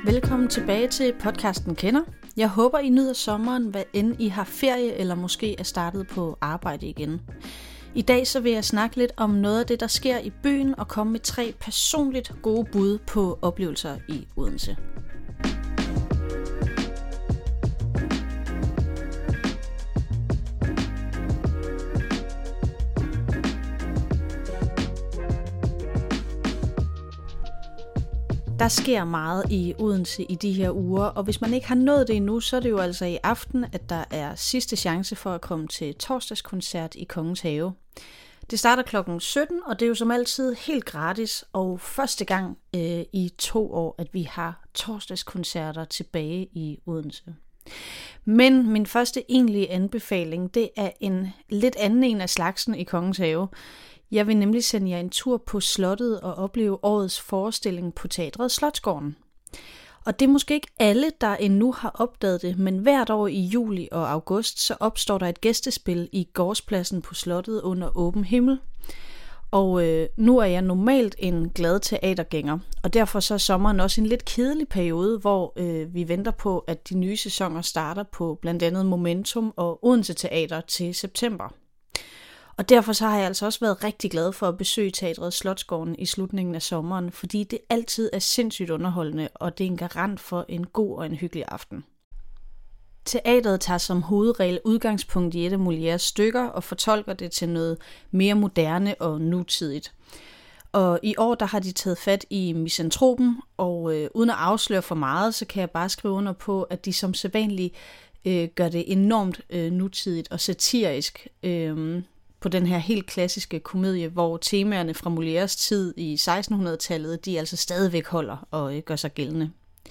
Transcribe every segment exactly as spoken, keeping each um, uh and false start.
Velkommen tilbage til podcasten Kender. Jeg håber, I nyder sommeren, hvad end I har ferie eller måske er startet på arbejde igen. I dag så vil jeg snakke lidt om noget af det, der sker i byen og komme med tre personligt gode bud på oplevelser i Odense. Der sker meget i Odense i de her uger, og hvis man ikke har nået det endnu, så er det jo altså i aften, at der er sidste chance for at komme til torsdagskoncert i Kongens Have. Det starter klokken sytten, og det er jo som altid helt gratis, og første gang øh, i to år, at vi har torsdagskoncerter tilbage i Odense. Men min første egentlige anbefaling, det er en lidt anden en af slagsen i Kongens Have. Jeg vil nemlig sende jer en tur på slottet og opleve årets forestilling på teatret Slotsgården. Og det er måske ikke alle, der endnu har opdaget det, men hvert år i juli og august, så opstår der et gæstespil i gårdspladsen på slottet under åben himmel. Og øh, nu er jeg normalt en glad teatergænger, og derfor så er sommeren også en lidt kedelig periode, hvor øh, vi venter på, at de nye sæsoner starter på blandt andet Momentum og Odense Teater til september. Og derfor så har jeg altså også været rigtig glad for at besøge teatret Slotsgården i slutningen af sommeren, fordi det altid er sindssygt underholdende, og det er en garant for en god og en hyggelig aften. Teatret tager som hovedregel udgangspunkt i et af Molières stykker og fortolker det til noget mere moderne og nutidigt. Og i år der har de taget fat i Misantropen, og øh, uden at afsløre for meget, så kan jeg bare skrive under på, at de som sædvanligt øh, gør det enormt øh, nutidigt og satirisk, øh, på den her helt klassiske komedie, hvor temaerne fra Molières tid i sekstenhundredetallet, de altså stadigvæk holder og gør sig gældende.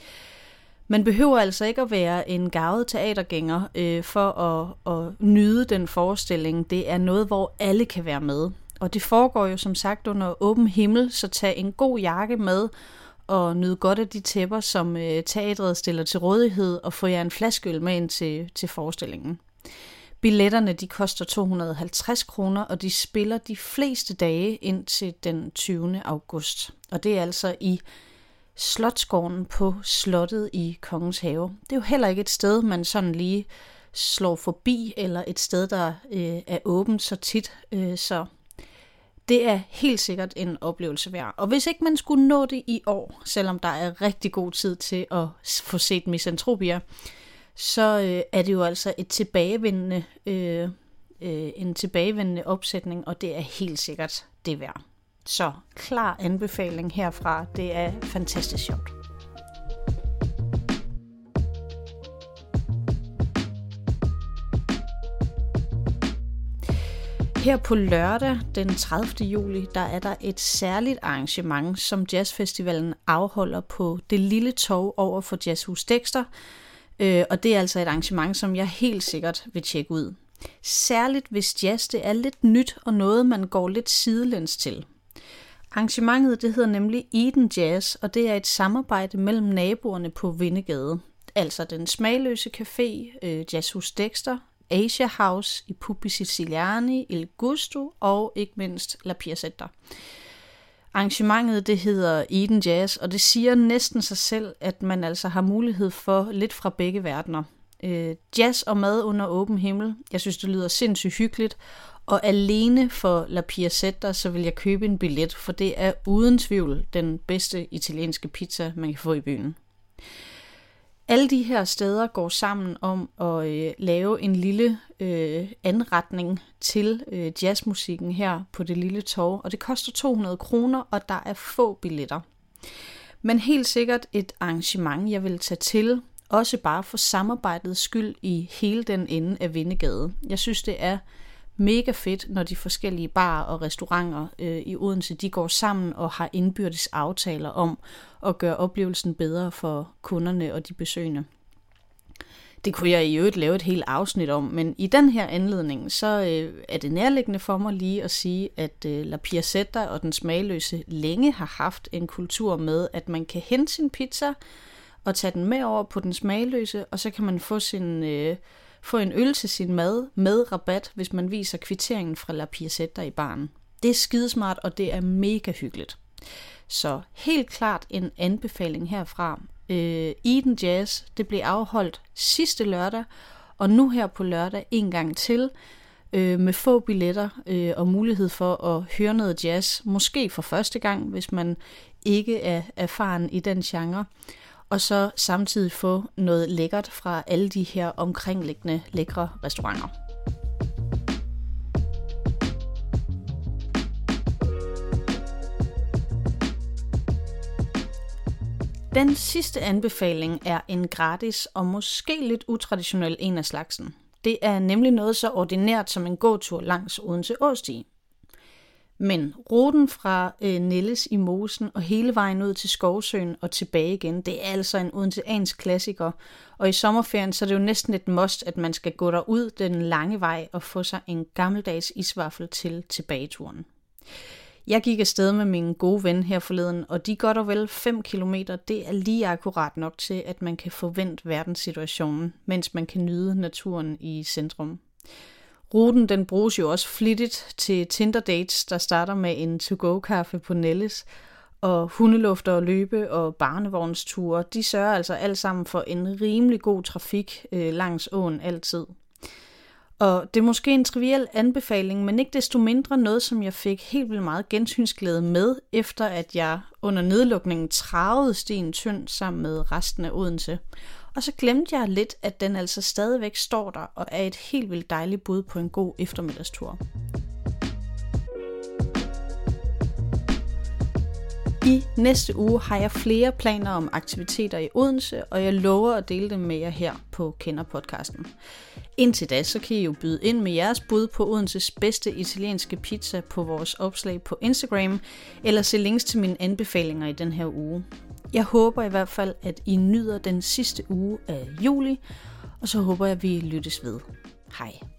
Man behøver altså ikke at være en garvet teatergænger øh, for at, at nyde den forestilling. Det er noget, hvor alle kan være med. Og det foregår jo som sagt under åben himmel, så tag en god jakke med og nyd godt af de tæpper, som øh, teatret stiller til rådighed, og få jer en flaskeøl med ind til, til forestillingen. Billetterne de koster to hundrede og halvtreds kroner, og de spiller de fleste dage indtil den tyvende august. Og det er altså i Slotsgården på slottet i Kongens Have. Det er jo heller ikke et sted, man sådan lige slår forbi, eller et sted, der øh, er åbent så tit. Øh, så det er helt sikkert en oplevelse værd. Og hvis ikke man skulle nå det i år, selvom der er rigtig god tid til at få set Misantropia, så øh, er det jo altså et tilbagevendende, øh, øh, en tilbagevendende opsætning, og det er helt sikkert det værd. Så klar anbefaling herfra, det er fantastisk sjovt. Her på lørdag den tredivte juli, der er der et særligt arrangement, som Jazzfestivalen afholder på Det Lille Torv over for Jazzhus Dexter. Og det er altså et arrangement, som jeg helt sikkert vil tjekke ud. Særligt hvis jazz det er lidt nyt og noget, man går lidt sidelæns til. Arrangementet det hedder nemlig Eden Jazz, og det er et samarbejde mellem naboerne på Vindegade. Altså den smagløse café, Jazzhus Dexter, Asia House, i Pupi Siciliani, Il Gusto og ikke mindst La Piazzetta. Arrangementet det hedder Eden Jazz, og det siger næsten sig selv, at man altså har mulighed for lidt fra begge verdener. Øh, jazz og mad under åben himmel. Jeg synes, det lyder sindssygt hyggeligt. Og alene for La Piazzetta, så vil jeg købe en billet, for det er uden tvivl den bedste italienske pizza, man kan få i byen. Alle de her steder går sammen om at øh, lave en lille øh, anretning til øh, jazzmusikken her på Det Lille Torv, og det koster to hundrede kroner, og der er få billetter. Men helt sikkert et arrangement, jeg vil tage til, også bare for samarbejdets skyld i hele den ende af Vindegade. Jeg synes, det er mega fedt, når de forskellige barer og restauranter øh, i Odense, de går sammen og har indbyrdes aftaler om at gøre oplevelsen bedre for kunderne og de besøgende. Det kunne jeg i øvrigt lave et helt afsnit om, men i den her anledning, så øh, er det nærliggende for mig lige at sige, at øh, La Piazzetta og den smagløse længe har haft en kultur med, at man kan hente sin pizza og tage den med over på den smagløse, og så kan man få sin... Øh, Få en øl til sin mad med rabat, hvis man viser kvitteringen fra La Piazzetta i baren. Det er skidesmart, og det er mega hyggeligt. Så helt klart en anbefaling herfra. Øh, Eden Jazz, det blev afholdt sidste lørdag, og nu her på lørdag en gang til, øh, med få billetter øh, og mulighed for at høre noget jazz, måske for første gang, hvis man ikke er erfaren i den genre, og så samtidig få noget lækkert fra alle de her omkringliggende lækre restauranter. Den sidste anbefaling er en gratis og måske lidt utraditionel en af slagsen. Det er nemlig noget så ordinært som en gåtur langs Odense Åstige. Men ruten fra øh, Nelles i Mosen og hele vejen ud til Skovsøen og tilbage igen, det er altså en odenseansk klassiker. Og i sommerferien så er det jo næsten et must, at man skal gå derud den lange vej og få sig en gammeldags isvaffel til tilbageturen. Jeg gik afsted med min gode ven her forleden, og de godt og vel fem kilometer, det er lige akkurat nok til, at man kan forvente verdenssituationen, mens man kan nyde naturen i centrum. Ruten den bruges jo også flittigt til Tinder-dates, der starter med en to-go-kaffe på Nelles, og hundelufter og løbe og barnevognsture, de sørger altså alt sammen for en rimelig god trafik øh, langs åen altid. Og det er måske en triviel anbefaling, men ikke desto mindre noget, som jeg fik helt vildt meget gensynsglæde med, efter at jeg under nedlukningen travede stien tynd sammen med resten af Odense. Og så glemte jeg lidt, at den altså stadigvæk står der og er et helt vildt dejligt bud på en god eftermiddagstur. I næste uge har jeg flere planer om aktiviteter i Odense, og jeg lover at dele dem med jer her på Kender-podcasten. Indtil da, så kan I jo byde ind med jeres bud på Odenses bedste italienske pizza på vores opslag på Instagram, eller se links til mine anbefalinger i den her uge. Jeg håber i hvert fald, at I nyder den sidste uge af juli, og så håber jeg, at vi lyttes ved. Hej.